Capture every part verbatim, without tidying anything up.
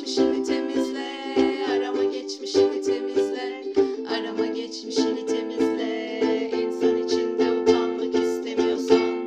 geçmişini temizle. Arama geçmişini temizle. Arama geçmişini temizle. İnsan içinde utanmak istemiyorsan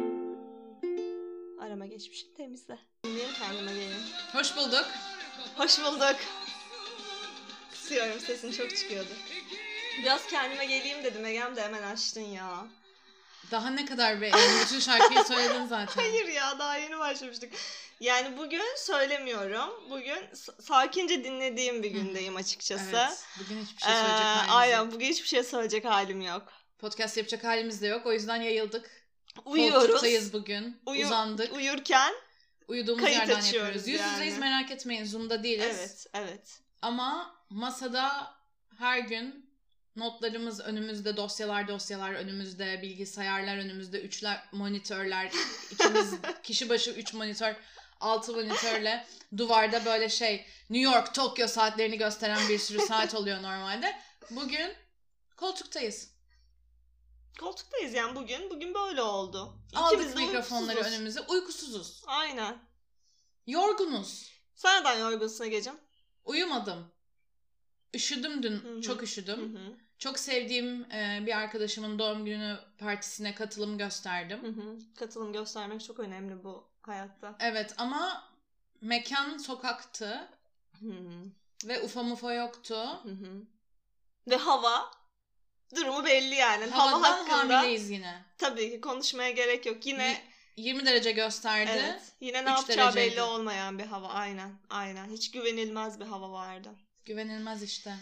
arama geçmişini temizle. Dinleyeyim, kendime geleyim. Hoş bulduk. Hoş bulduk. Kısıyorum, sesin çok çıkıyordu. Biraz kendime geleyim dedim Egem, de hemen açtın ya. Daha ne kadar beğendin? Bütün şarkıyı söyledin zaten. Hayır ya, daha yeni başlamıştık. Yani bugün söylemiyorum. Bugün s- sakince dinlediğim bir gündeyim açıkçası. Evet. Bugün hiçbir şey Ee, söyleyecek halimiz aynen, yok. bugün hiçbir şey söyleyecek halim yok. Podcast yapacak halimiz de yok. O yüzden yayıldık. Uyuyoruz. Koltuktayız bugün. Uyu- Uzandık. Uyurken Uyuduğumuz kayıt yerden açıyoruz yapıyoruz. Yüz yani. yüzeyiz, merak etmeyin. Zoom'da değiliz. evet, evet. Ama masada her gün notlarımız önümüzde, dosyalar dosyalar önümüzde, bilgisayarlar önümüzde, üçler monitörler, ikimiz kişi başı üç monitör, altı monitörle duvarda böyle şey New York, Tokyo saatlerini gösteren bir sürü saat oluyor normalde. Bugün koltuktayız. Koltuktayız yani bugün. Bugün böyle oldu. Aldık İkimiz de mikrofonları uykusuzuz. önümüze. Uykusuzuz. Aynen. Yorgunuz. Sen neden yorgunsun Egeciğim? Uyumadım. Üşüdüm dün. Hı hı. Çok Hı üşüdüm. hı. Çok sevdiğim e, bir arkadaşımın doğum günü partisine katılım gösterdim. Hı hı. Katılım göstermek çok önemli bu hayatta. Evet ama mekan sokaktı Hı hı. ve ufa mufa yoktu. Hı hı. Ve hava durumu belli yani. Hava Havadan hakkında hamileyiz yine. tabii ki konuşmaya gerek yok. Yine yirmi derece gösterdi. evet. Yine ne üç yapacağı dereceydi. belli olmayan bir hava. Aynen. Aynen. Hiç güvenilmez bir hava vardı. Güvenilmez işte.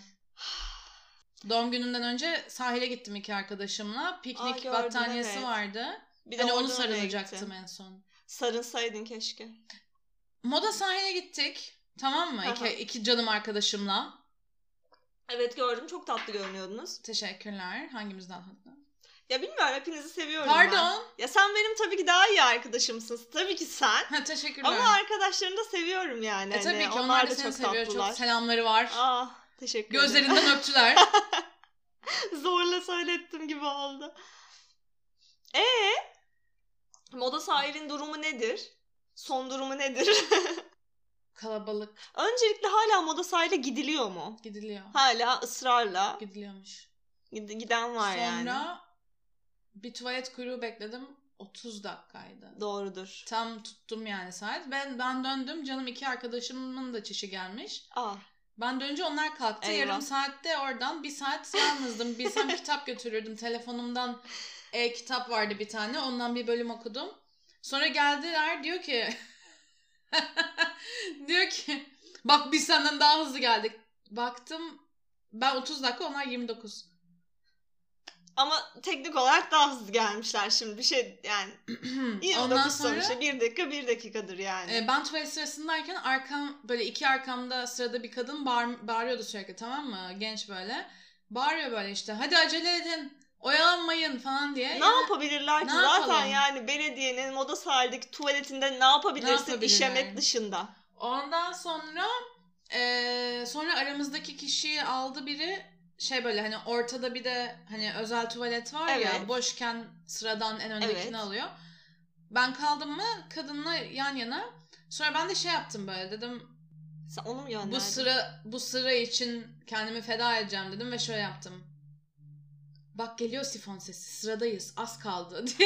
Doğum gününden önce sahile gittim iki arkadaşımla. Piknik Aa, gördüm, battaniyesi evet. vardı. Bir de Hani onu oradan oraya sarılacaktım gittin. en son. Sarılsaydın keşke. Moda sahile gittik. Tamam mı? Aha. İki, iki canım arkadaşımla. Evet, gördüm. Çok tatlı görünüyordunuz. Teşekkürler. Hangimizden tatlı? Ya bilmiyorum, hepinizi seviyorum ben. Pardon. Ya sen benim tabii ki daha iyi arkadaşımsın. Tabii ki sen. Ha, teşekkürler. Ama arkadaşlarını da seviyorum yani. E tabii Hani ki onlar, onlar da da seni çok seviyor. tatlılar. Çok selamları var. Ah, teşekkür ederim. Gözlerinden öptüler. Zorla söylettim gibi oldu. Ee, moda sahilin durumu nedir? Son durumu nedir? Kalabalık. Öncelikle hala moda sahile gidiliyor mu? Gidiliyor. Hala ısrarla Gidiliyormuş. gid- giden var Sonra yani. bir tuvalet kuyruğu bekledim. otuz dakikaydı. Doğrudur. Tam tuttum yani saat. Ben ben döndüm. Canım iki arkadaşımın da çişi gelmiş. Ah, Ben dönünce onlar kalktı. Eyvah. Yarım saatte oradan bir saat yalnızdım. Bilsem kitap götürürdüm. Telefonumdan e-kitap vardı bir tane. Ondan bir bölüm okudum. Sonra geldiler, diyor ki diyor ki bak biz senden daha hızlı geldik. Baktım ben otuz dakika, onlar yirmi dokuz. ama teknik olarak daha hızlı gelmişler şimdi. Bir şey yani. yirmi Ondan dokuz sonra sonuçta bir dakika bir dakikadır yani. e, ben tuvalet sırasındayken arkam böyle iki arkamda sırada bir kadın bağır, bağırıyordu sürekli, tamam mı? Genç böyle. Bağırıyor böyle işte, hadi acele edin, oyalanmayın falan diye. Ne Yani, yapabilirler ki? ne Zaten yapalım? yani belediyenin moda sahildeki tuvaletinde ne yapabilirsin Ne yapabilirler? işemek dışında? Ondan sonra e, sonra aramızdaki kişiyi aldı biri, şey böyle hani ortada bir de hani özel tuvalet var Evet. ya, boşken sıradan en öndekini Evet. alıyor. Ben kaldım mı kadınla yan yana. Sonra ben de şey yaptım, böyle dedim Sen onu mu gönderdin? bu sıra bu sıra için kendimi feda edeceğim dedim ve şöyle yaptım. Bak geliyor sifon sesi, sıradayız, az kaldı diye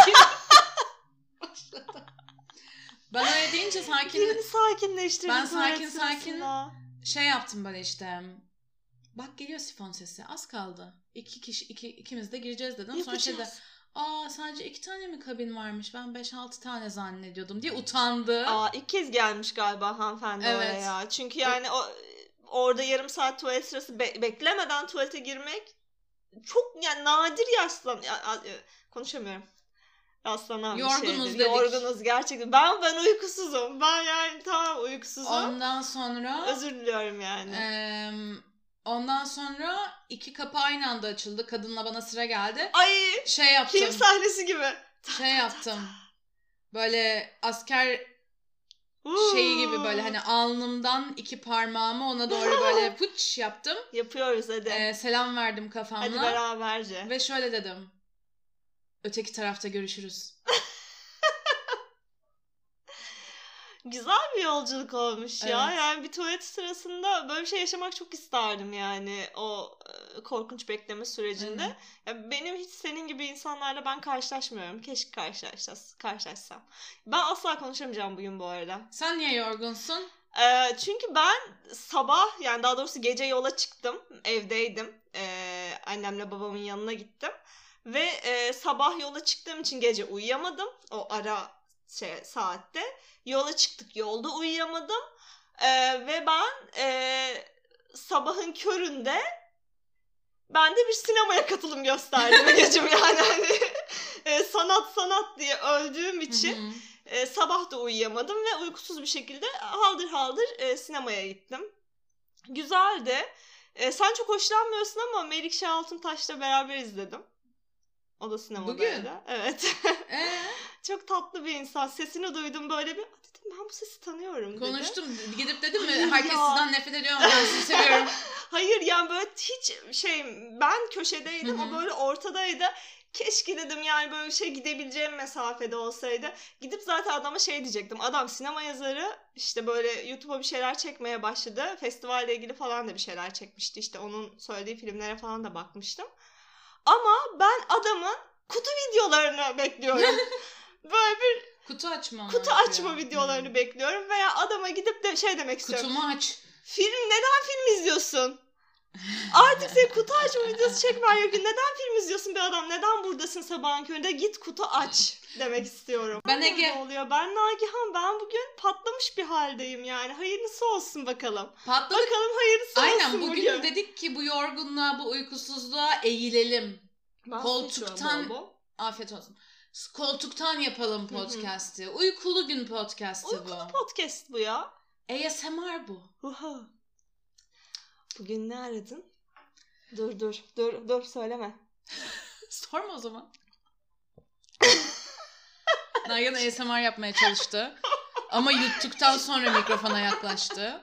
başladı. Ben öyle deyince sakin Birini sakinleştirdin Ben tuvalet sakin sakin sırasında. şey yaptım böyle işte. Bak geliyor sifon sesi, az kaldı. İki kişi iki ikimiz de gireceğiz dedim. Sonra şey de, Yapacağız. aa sadece iki tane mi kabin varmış? Ben beş altı tane zannediyordum diye utandı. Aa, ilk kez gelmiş galiba hanımefendi Evet. oraya. Çünkü yani o orada yarım saat tuvalet sırası be- beklemeden tuvalete girmek çok yani nadir yaslan ya, ya, konuşamıyorum. Yaslanan Yorgunuz bir şeydir. dedik. Yorgunuz gerçekten. Ben ben uykusuzum. Ben yani tamam uykusuzum. Ondan sonra Özür diliyorum yani. eee, ondan sonra iki kapı aynı anda açıldı. Kadınla bana sıra geldi. Ay, Şey yaptım. film sahnesi gibi. Şey yaptım. Böyle asker şeyi gibi, böyle hani alnımdan iki parmağımı ona doğru böyle puç yaptım. Yapıyoruz hadi. Ee, selam verdim kafamla. Hadi beraberce. Ve şöyle dedim. Öteki tarafta görüşürüz. Güzel bir yolculuk olmuş ya. Evet. Yani bir tuvalet sırasında böyle bir şey yaşamak çok isterdim yani o e, korkunç bekleme sürecinde. Aynen. Ya benim hiç senin gibi insanlarla ben karşılaşmıyorum. Keşke karşılaşsam. karşılaşsam. Ben asla konuşamayacağım bugün bu arada. Sen niye yorgunsun? Ee, çünkü ben sabah, yani daha doğrusu gece yola çıktım. Evdeydim. Ee, annemle babamın yanına gittim. Ve e, sabah yola çıktığım için gece uyuyamadım. O ara şey, saatte. Yola çıktık, yolda uyuyamadım. Ee, ve ben e, sabahın köründe ben de bir sinemaya katılım gösterdim Egeciğim. Yani hani e, sanat sanat diye öldüğüm için Hı hı. e, sabah da uyuyamadım ve uykusuz bir şekilde haldır haldır e, sinemaya gittim. Güzeldi. E, sen çok hoşlanmıyorsun ama Melikşah Altıntaş'la beraber izledim. O da sinemadaydı. Bugün? Evet. Ee? Çok tatlı bir insan. Sesini duydum böyle bir. Dedim ben bu sesi tanıyorum dedi. Konuştum. Gidip dedim mi? Hayır Herkes ya. sizden nefret ediyor ama ben sizi seviyorum. Hayır yani böyle hiç şey, ben köşedeydim, Hı hı. o böyle ortadaydı. Keşke dedim yani böyle şey gidebileceğim mesafede olsaydı. Gidip zaten adama şey diyecektim. Adam sinema yazarı, işte böyle YouTube'a bir şeyler çekmeye başladı. Festivalle ilgili falan da bir şeyler çekmişti. İşte onun söylediği filmlere falan da bakmıştım. Ama ben adamın kutu videolarını bekliyorum. Böyle bir Kutu açma. kutu yapıyor. açma videolarını Hı. bekliyorum. Veya adama gidip de şey demek istiyorum. Kutumu aç. Film, neden film izliyorsun? Artık senin kutu açma videosu çekmen yok. Neden film izliyorsun be adam? Neden buradasın sabahın köründe? Git kutu aç demek istiyorum. Ben Ne Ege. oluyor? Ben Nagihan. Ben bugün patlamış bir haldeyim yani. Hayırlısı olsun bakalım. Patladık. Bakalım hayırlısı Aynen olsun bugün, bugün. dedik ki bu yorgunluğa, bu uykusuzluğa eğilelim. Ben Koltuktan- bol bol. Afiyet olsun. Koltuktan yapalım Hı hı. podcast'i. Uykulu gün podcast'i bu. Uykulu podcast bu ya. A S M R bu. Uha. Bugün ne aradın? Dur dur dur dur söyleme. Sorma o zaman. Nagihan A S M R yapmaya çalıştı. Ama yuttuktan sonra mikrofona yaklaştı.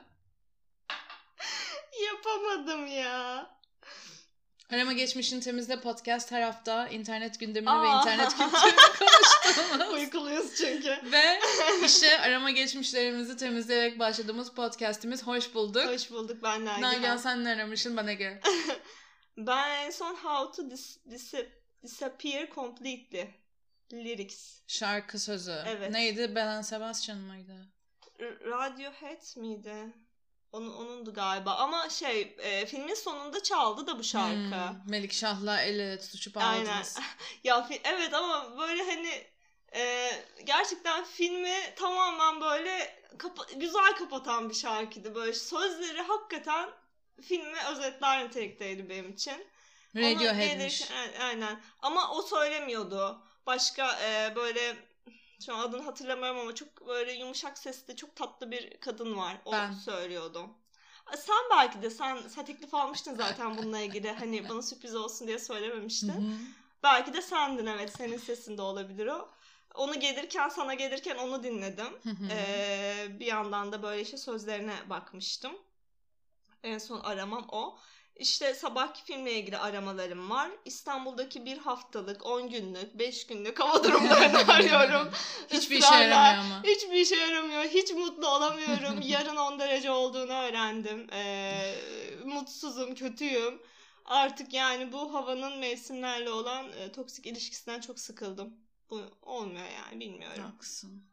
Yapamadım ya. Arama Geçmiş'in Temizle podcast her hafta internet gündemini Aa. ve internet kültürünü konuştuğumuz Uykuluyuz çünkü. ve işte arama geçmişlerimizi temizleyerek başladığımız podcastimiz. Hoş bulduk. Hoş bulduk, ben Nagihan. Nagihan sen ne aramışsın bana gel. Ben en son How to dis- dis- Disappear Completely lyrics. Şarkı sözü. Evet. Neydi? Belen Sebastian mıydı? R- Radiohead miydi? Onun, onundu galiba. Ama şey e, filmin sonunda çaldı da bu şarkı. Hmm, Melikşah'la el ele tutuşup Aynen. ağladınız. Ya fi- evet ama böyle hani e, gerçekten filmi tamamen böyle kapa- güzel kapatan bir şarkıydı. Böyle sözleri hakikaten filmi özetler nitelikteydi benim için. Ona Radiohead'miş. gelirken- a- aynen. Ama o söylemiyordu. Başka e, böyle şu an adını hatırlamıyorum ama çok böyle yumuşak sesli çok tatlı bir kadın var. O Ben. söylüyordu. Sen belki de sen, sen teklif almıştın zaten bununla ilgili. Hani bana sürpriz olsun diye söylememiştin. Hı hı. Belki de sendin, evet, senin sesin de olabilir o. Onu gelirken sana gelirken onu dinledim. Hı hı. Ee, bir yandan da böyle işte sözlerine bakmıştım. En son aramam o. İşte sabahki filmle ilgili aramalarım var. İstanbul'daki bir haftalık, on günlük, beş günlük hava durumlarını arıyorum. Hiçbir işe Israrla. yaramıyor ama. Hiçbir işe yaramıyor. Hiç mutlu olamıyorum. Yarın on derece olduğunu öğrendim. Ee, mutsuzum, kötüyüm. Artık yani bu havanın mevsimlerle olan e, toksik ilişkisinden çok sıkıldım. Bu olmuyor yani, bilmiyorum. Haklısın.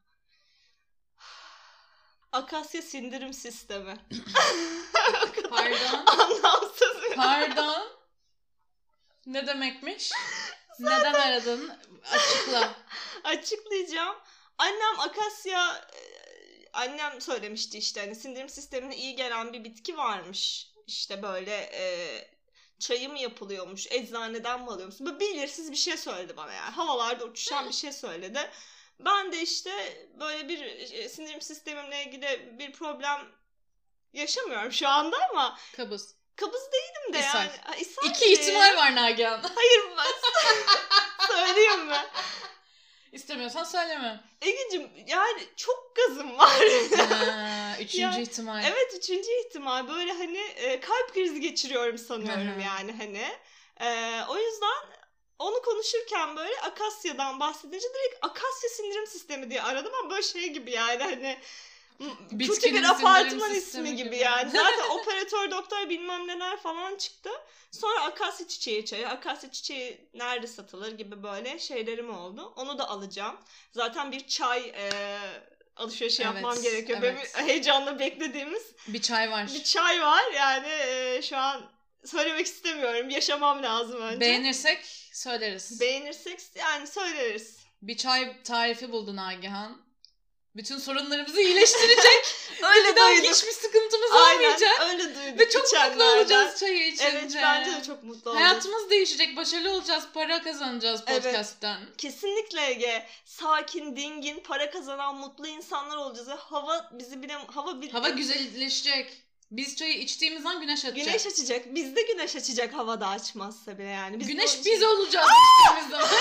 Akasya sindirim sistemi. Pardon. Anlamsız. Pardon. Ne demekmiş? Neden aradın? Açıkla. Açıklayacağım. Annem akasya, e, annem söylemişti işte hani sindirim sistemine iyi gelen bir bitki varmış. İşte böyle e, çayı mı yapılıyormuş, eczaneden mi alıyormuş? Böyle belirsiz bir şey söyledi bana yani. Havalarda uçuşan bir şey söyledi. Ben de işte böyle bir e, sindirim sistemimle ilgili bir problem yaşamıyorum şu anda ama Kabız. kabız değilim de İshal. yani. Ha, ishal İki değil. ihtimal var Nagihan. Hayır ben söyleyeyim mi? İstemiyorsan söyleme. Egeciğim yani çok gazım var. Ha, üçüncü Ya, ihtimal. Evet, üçüncü ihtimal. Böyle hani e, kalp krizi geçiriyorum sanıyorum Hı hı. yani hani. E, o yüzden onu konuşurken böyle Akasya'dan bahsedince direkt Akasya sindirim sistemi diye aradım ama böyle şey gibi yani hani kötü bir apartman ismi gibi yani. Zaten operatör doktor bilmem neler falan çıktı. Sonra akasya çiçeği çayı, akasya çiçeği nerede satılır gibi böyle şeylerim oldu. Onu da alacağım. Zaten bir çay e, alışverişi evet, yapmam gerekiyor. Evet. Benim heyecanla beklediğimiz bir çay var. Bir çay var yani e, şu an söylemek istemiyorum. Yaşamam lazım önce. Beğenirsek söyleriz. Beğenirsek yani söyleriz. Bir çay tarifi buldu Nagihan. Bütün sorunlarımızı iyileştirecek. Öyle daha duydum. Hiçbir sıkıntımız Aynen, olmayacak. Öyle duydum. Ve çok mutlu olacağız çayı içince. Evet bence de çok mutlu olacağız. Hayatımız değişecek. Başarılı olacağız. Para kazanacağız podcast'ten. Evet, kesinlikle Ege. Sakin, dingin, para kazanan mutlu insanlar olacağız. Ve hava bizi bile... Hava, bir... hava güzelleşecek. Biz çayı içtiğimiz an güneş açacak. Güneş açacak. Bizde güneş açacak havada açmazsa bile yani. Biz güneş için... biz olacağız içtiğimiz zaman.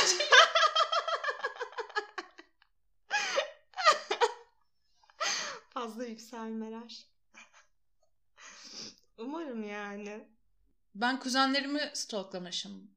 Fazla yükselmeler. Umarım yani. Ben kuzenlerimi stalklamışım.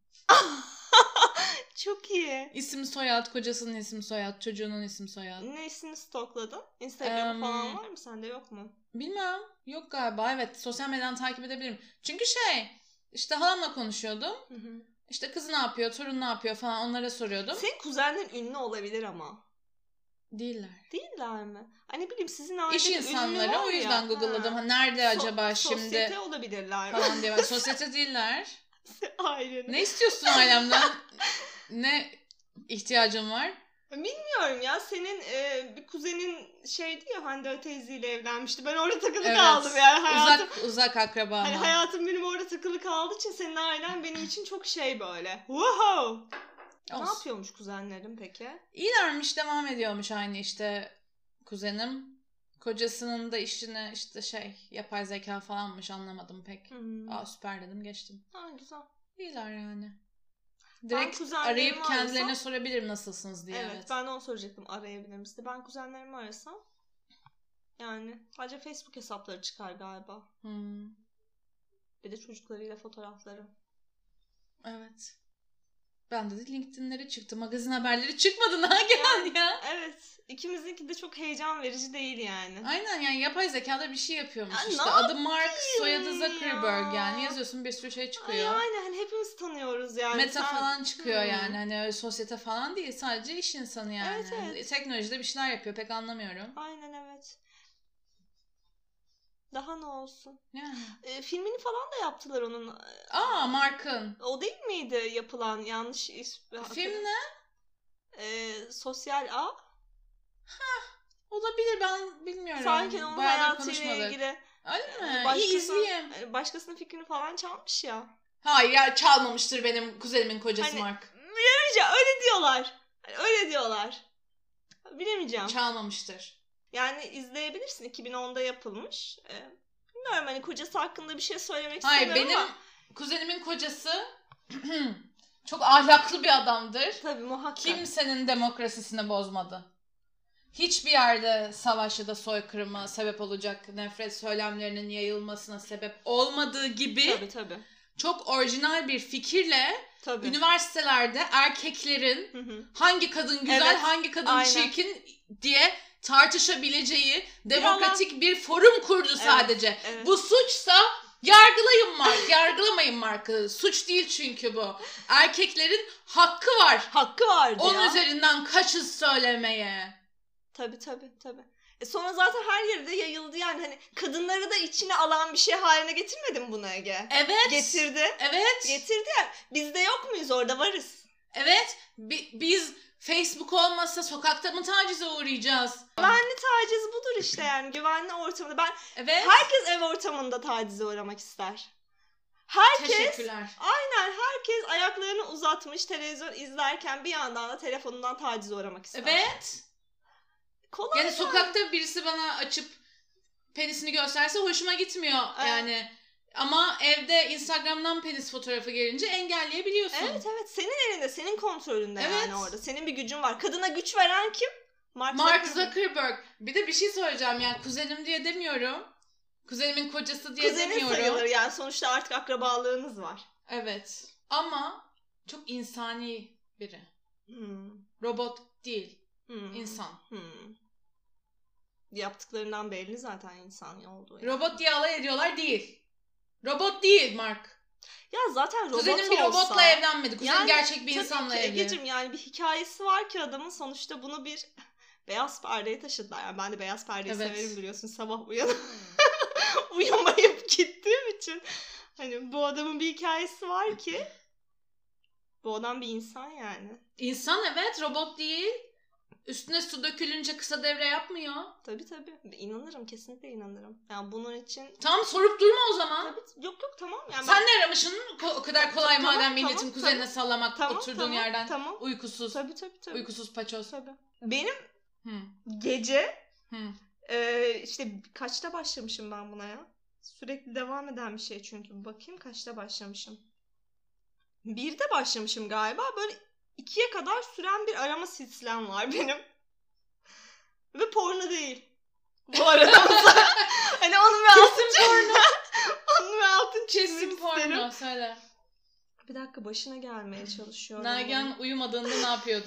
Çok iyi. İsim soyad, kocasının isim soyad, çocuğunun isim soyad. Ne ismini stalkladın? Instagram um, falan var mı? Sende yok mu? Bilmem. Yok galiba. Evet. Sosyal medyadan takip edebilirim. Çünkü şey, işte halamla konuşuyordum. Hı hı. İşte kız ne yapıyor, torun ne yapıyor falan onlara soruyordum. Senin kuzenlerin ünlü olabilir ama. Değiller. Değiller mi? Hani bileyim sizin ailede İş insanları o yüzden ya. Google'ladım. Ha. Nerede so- acaba şimdi? Sosyete olabilirler. Falan diye. Sosyete değiller. Ailenin. Ne istiyorsun ailemden? Ne ihtiyacın var? Bilmiyorum ya. Senin e, bir kuzenin şeydi ya Hande teyzeyle evlenmişti. Ben orada takılı evet. kaldım yani. Hayatım, uzak uzak akraba ama. Hani hayatım benim orada takılı kaldığı için senin ailen benim için çok şey böyle. Wow! Olsun. Ne yapıyormuş kuzenlerim peki? İyilermiş, devam ediyormuş aynı işte kuzenim. Kocasının da işine işte şey yapay zeka falanmış, anlamadım pek. Hmm. Aa süper dedim, geçtim. Ha güzel. İyiler yani. Direkt arayıp kendilerine arasam, sorabilirim nasılsınız diye. Evet, evet ben de onu soracaktım, arayabilir misin? Ben kuzenlerimi arasam yani sadece Facebook hesapları çıkar galiba. Hmm. Bir de çocuklarıyla fotoğrafları. Evet. Bende de LinkedIn'lere çıktı. Magazin haberleri çıkmadı Nagihan yani, ya. Evet. İkimizinki de çok heyecan verici değil yani. Aynen yani yapay zekada bir şey yapıyormuş ya işte. Adı Mark, soyadı Zuckerberg ya. yani. Yazıyorsun bir sürü şey çıkıyor. Ay, aynen hani hepimiz tanıyoruz yani. Meta Sen... falan çıkıyor hmm. yani. Hani öyle sosyete falan değil. Sadece iş insanı yani. Evet, evet. Teknolojide bir şeyler yapıyor. Pek anlamıyorum. Aynen evet. Daha ne olsun? Yani. E, filmini falan da yaptılar onun. Aa Mark'ın. O değil miydi yapılan yanlış ismi? Film ne? E, Sosyal Ağ. Hah, olabilir, ben bilmiyorum. Sanki onun hayatıyla ilgili. Öyle mi? İyi izleyeyim. Başkasının fikrini falan çalmış ya. Hayır ya, çalmamıştır benim kuzenimin kocası hani, Mark. Bilemeyeceğim, öyle diyorlar. Öyle diyorlar. Bilemeyeceğim. Çalmamıştır. Yani izleyebilirsin. iki bin onda yapılmış. Ee, bilmiyorum hani kocası hakkında bir şey söylemek Hayır, istemiyorum ama. Hayır benim kuzenimin kocası çok ahlaklı bir adamdır. Tabii muhakkak. Kimsenin demokrasisini bozmadı. Hiçbir yerde savaş ya da soykırıma sebep olacak nefret söylemlerinin yayılmasına sebep olmadığı gibi. Tabii tabii. Çok orijinal bir fikirle tabii. Üniversitelerde erkeklerin hı hı. hangi kadın güzel, evet, hangi kadın aynen. çirkin diye tartışabileceği demokratik Yalan. bir forum kurdu evet, sadece. Evet. Bu suçsa yargılayın Mark, yargılamayın Mark'ı. Suç değil çünkü bu. Erkeklerin hakkı var. Hakkı vardı Onun ya. üzerinden kaçız söylemeye. Tabii tabii tabii. E sonra zaten her yerde yayıldı yani hani kadınları da içine alan bir şey haline getirmedi mi bunu Ege? Evet. Getirdi. Evet. Getirdi yani. Biz de yok muyuz orada, varız. Evet. Bi- biz Facebook olmasa sokakta mı tacize uğrayacağız? Güvenli taciz budur işte yani, güvenli ortamda. Ben evet. Herkes ev ortamında tacize uğramak ister. Herkes, teşekkürler. Aynen herkes ayaklarını uzatmış televizyon izlerken bir yandan da telefonundan tacize uğramak ister. Evet. Kolay yani, yani sokakta birisi bana açıp penisini gösterse hoşuma gitmiyor evet. yani. Ama evde Instagram'dan penis fotoğrafı gelince engelleyebiliyorsun. Evet evet, senin elinde, senin kontrolünde evet. yani orada. Senin bir gücün var. Kadına güç veren kim? Mark, Mark Zuckerberg. Zuckerberg. Bir de bir şey söyleyeceğim yani, kuzenim diye demiyorum. Kuzenimin kocası diye Kuzenin demiyorum. Kuzenin sayılır yani, sonuçta artık akrabalığınız var. Evet ama çok insani biri. Hmm. Robot değil. Hmm. İnsan. Hmm. Yaptıklarından belli zaten insan olduğu. Yani. Robot diye alay ediyorlar, değil. Robot değil Mark. Ya zaten robot Kuzenim bir olsa, robotla evlenmedi. Kuzenim yani, gerçek bir insanla evli. Egeciğim, yani bir hikayesi var ki adamın, sonuçta bunu bir beyaz perdeye taşıdılar. Yani ben de beyaz perdeyi evet. severim biliyorsun. Sabah uyanıp uyumayıp gittiğim için. Hani bu adamın bir hikayesi var ki bu adam bir insan yani. İnsan, evet, robot değil. Üstüne su dökülünce kısa devre yapmıyor. Tabii tabii. İnanırım. Kesinlikle inanırım. Yani bunun için... Tamam, sorup durma o zaman. Tabii, yok yok tamam. Yani sen ben... ne aramışsın? O kadar kolay tamam, madem milletin tamam, kuzenine tamam, sallamak tamam, oturduğun tamam, yerden. Tamam. Uykusuz. Tabii tabii tabii. Uykusuz paçoz. Tabii. Benim Hı. gece Hı. e, işte kaçta başlamışım ben buna ya? Sürekli devam eden bir şey çünkü. Bakayım kaçta başlamışım. Birde başlamışım galiba. Böyle ikiye kadar süren bir arama silsilem var benim. Ve porno değil. Bu arada. Hani onun ve altın porno. onun ve altın çizmek Kesin isterim. porno, söyle. Bir dakika, başına gelmeye çalışıyorum. Nagihan uyumadığında ne yapıyordu?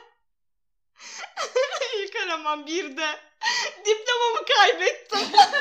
İlk aramam birde. Diplomamı kaybettim.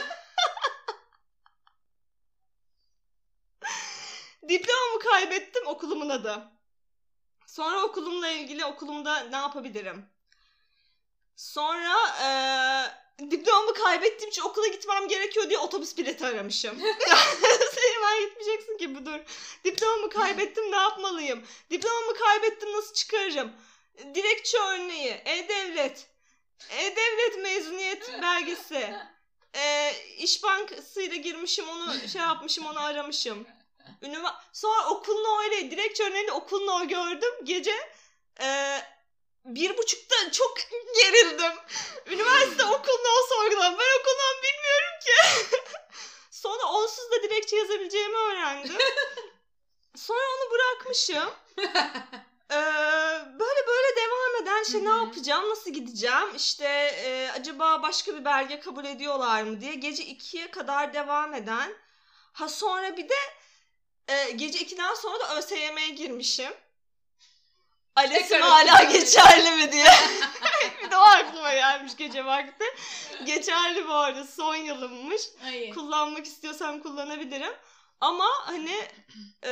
Diplomamı kaybettim, okulumun adı. Sonra okulumla ilgili okulumda ne yapabilirim? Sonra ee, diplomamı kaybettiğim için okula gitmem gerekiyor diye otobüs bileti aramışım. Sen hemen gitmeyeceksin ki, bu dur. Diplomamı kaybettim, ne yapmalıyım? Diplomamı kaybettim, nasıl çıkarırım? Dilekçe örneği, E-Devlet, E-Devlet mezuniyet belgesi, e, İş Bankası'yla girmişim, onu şey yapmışım, onu aramışım. Ünivers- Sonra okul no öyle, dilekçe örneğinde okul no gördüm. Gece e, bir buçukta çok gerildim. Üniversite okul no sorguladım. Ben okul no bilmiyorum ki. Sonra onsuz da dilekçe yazabileceğimi öğrendim. Sonra onu bırakmışım. Ee, böyle böyle devam eden şey, Hı-hı. ne yapacağım, nasıl gideceğim, işte e, acaba başka bir belge kabul ediyorlar mı diye gece ikiye kadar devam eden, ha sonra bir de e, gece ikiden sonra da ÖSYM'ye girmişim. ALES'im hala geçerli mi diye. Bir de o aklıma gelmiş gece vakti. Geçerli bu arada, son yılımmış. Ay. Kullanmak istiyorsam kullanabilirim. Ama hani e,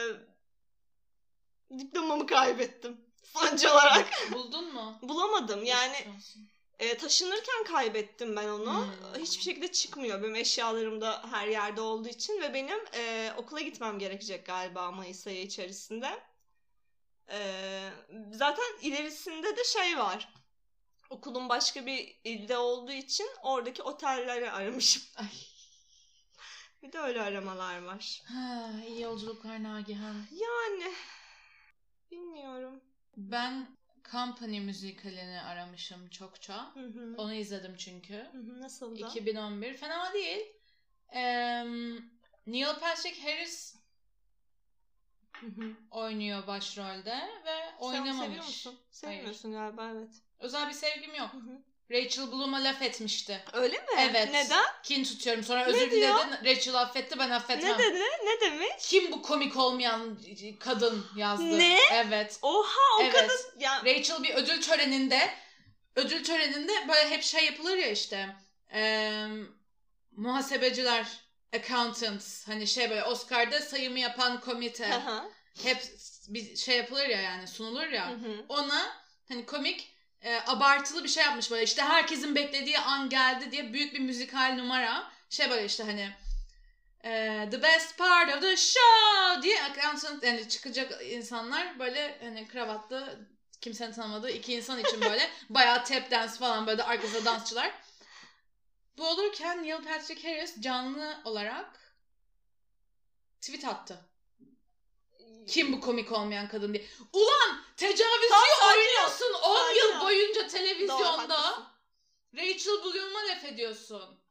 diplomamı kaybettim sonuç olarak. Buldun mu? Bulamadım yani. E, taşınırken kaybettim ben onu. Hmm. Hiçbir şekilde çıkmıyor. Benim eşyalarım da her yerde olduğu için ve benim e, okula gitmem gerekecek galiba Mayıs ayı içerisinde. E, zaten ilerisinde de şey var. Okulun başka bir ilde olduğu için oradaki otelleri aramışım. Ay. Bir de öyle aramalar var. Ha, iyi yolculuklar Nagihan. Yani bilmiyorum. Ben Company müzikalini aramışım çokça. Hı hı. Onu izledim çünkü. Hı hı, nasıldı? iki bin on bir. Fena değil. Ee, Neil Patrick Harris hı hı. oynuyor başrolde ve oynamamış. Sen seviyor musun? Sevmiyorsun galiba, evet. Özel bir sevgim yok. Hı hı. Rachel Bloom'a laf etmişti. Öyle mi? Evet. Neden? Kin tutuyorum. Sonra özür diledi. Rachel affetti, ben affetmem. Ne dedi? Ne demiş? Kim bu komik olmayan kadın yazdı. Ne? Evet. Oha, o evet. kadın. Ya... Rachel bir ödül töreninde ödül töreninde böyle hep şey yapılır ya işte. E, muhasebeciler, accountants, hani şey böyle Oscar'da sayımı yapan komite. Hep bir şey yapılır ya, yani sunulur ya. Ona hani komik, E, abartılı bir şey yapmış böyle, işte herkesin beklediği an geldi diye büyük bir müzikal numara, şey böyle işte hani e, the best part of the show diye accountant, yani çıkacak insanlar böyle hani kravatlı, kimsenin tanımadığı iki insan için böyle bayağı tap dance falan, böyle arkasında dansçılar. Bu olurken Neil Patrick Harris canlı olarak tweet attı. Kim bu komik olmayan kadın diye. Ulan tecavüzcü oynuyorsun on yıl boyunca televizyonda. Doğru, Rachel Bloom'a laf ediyorsun.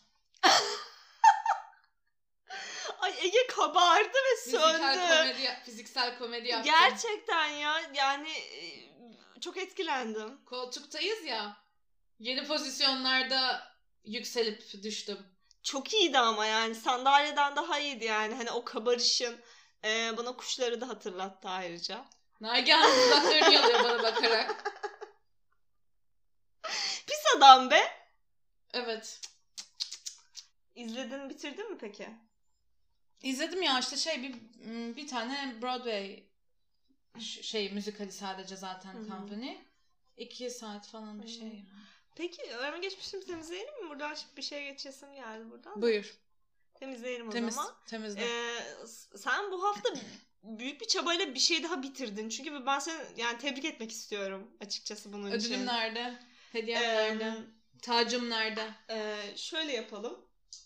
Ay Ege kabardı ve söndü. Fiziksel komedi, fiziksel komedi yaptım. Gerçekten ya, yani çok etkilendim. Koltuktayız ya. Yeni pozisyonlarda yükselip düştüm. Çok iyiydi ama yani sandalyeden daha iyiydi yani. Hani o kabarışın. Ee, bana kuşları da hatırlattı ayrıca. Nagihan dudaklarını yalıyor bana bakarak. Pis adam be. Evet. İzledin, bitirdin mi peki? İzledim ya işte şey bir bir tane Broadway şey müzikali sadece zaten Hı-hı. Company. İki saat falan bir şey yani. Peki öğrenme geçmişimizi temizleyelim mi? Buradan şimdi bir şey geçesim geldi buradan. Buyur. Temizleyelim o Temiz, zaman. Temizle. Ee, sen bu hafta büyük bir çabayla bir şey daha bitirdin. Çünkü ben seni yani tebrik etmek istiyorum açıkçası bunun Ödülüm için. Ödülüm nerede? Hediyem ee, nerede? Tacım nerede? E, şöyle yapalım.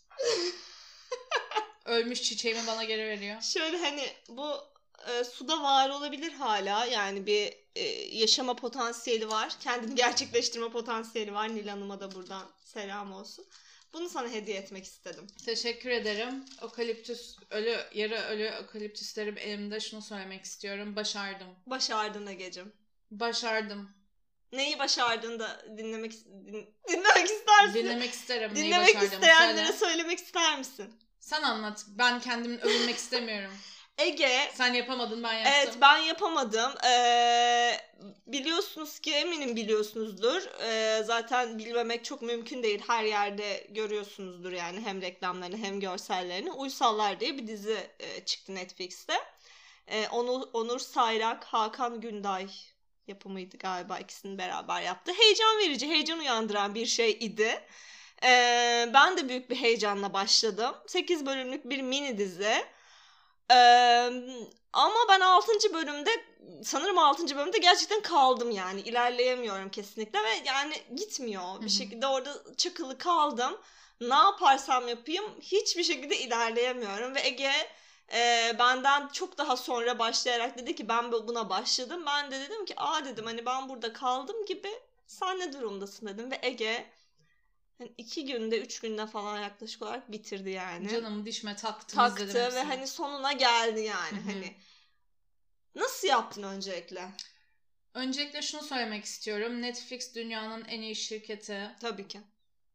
Ölmüş çiçeğimi bana geri veriyor. Şöyle hani bu e, suda var olabilir hala. Yani bir e, yaşama potansiyeli var. Kendini gerçekleştirme potansiyeli var. Nil Hanım'a da buradan selam olsun. Bunu sana hediye etmek istedim. Teşekkür ederim. Okaliptüs, ölü, yarı ölü okaliptüslerim elimde. Şunu söylemek istiyorum. Başardım. Başardın Egeciğim. Başardım. Neyi başardın da dinlemek din, dinlemek istersin? Dinlemek isterim. Dinlemek neyi isteyenlere Söyle. söylemek ister misin? Sen anlat. Ben kendimin övünmek istemiyorum. Ege. Sen yapamadın, ben yaptım. Evet, ben yapamadım. Ee, biliyorsunuz ki, eminim biliyorsunuzdur. Ee, zaten bilmemek çok mümkün değil. Her yerde görüyorsunuzdur yani hem reklamlarını hem görsellerini. Uysallar diye bir dizi e, çıktı Netflix'te. Ee, Onur, Onur Sayrak, Hakan Günday yapımıydı galiba, ikisini beraber yaptı. Heyecan verici, heyecan uyandıran bir şey idi. Ee, ben de büyük bir heyecanla başladım. sekiz bölümlük bir mini dizi. Ee, ama ben altıncı bölümde, sanırım altıncı bölümde gerçekten kaldım yani. İlerleyemiyorum kesinlikle ve yani gitmiyor. Bir Hı-hı. şekilde orada çakılı kaldım. Ne yaparsam yapayım hiçbir şekilde ilerleyemiyorum ve Ege e, benden çok daha sonra başlayarak dedi ki ben buna başladım. Ben de dedim ki aa dedim hani ben burada kaldım gibi, sen ne durumdasın dedim ve Ege yani iki günde, üç günde falan yaklaşık olarak bitirdi yani. Canım dişime taktım. Taktı ve hepsini. Hani sonuna geldi yani. Hı-hı. Hani nasıl yaptın öncelikle? Öncelikle şunu söylemek istiyorum. Netflix dünyanın en iyi şirketi. Tabii ki.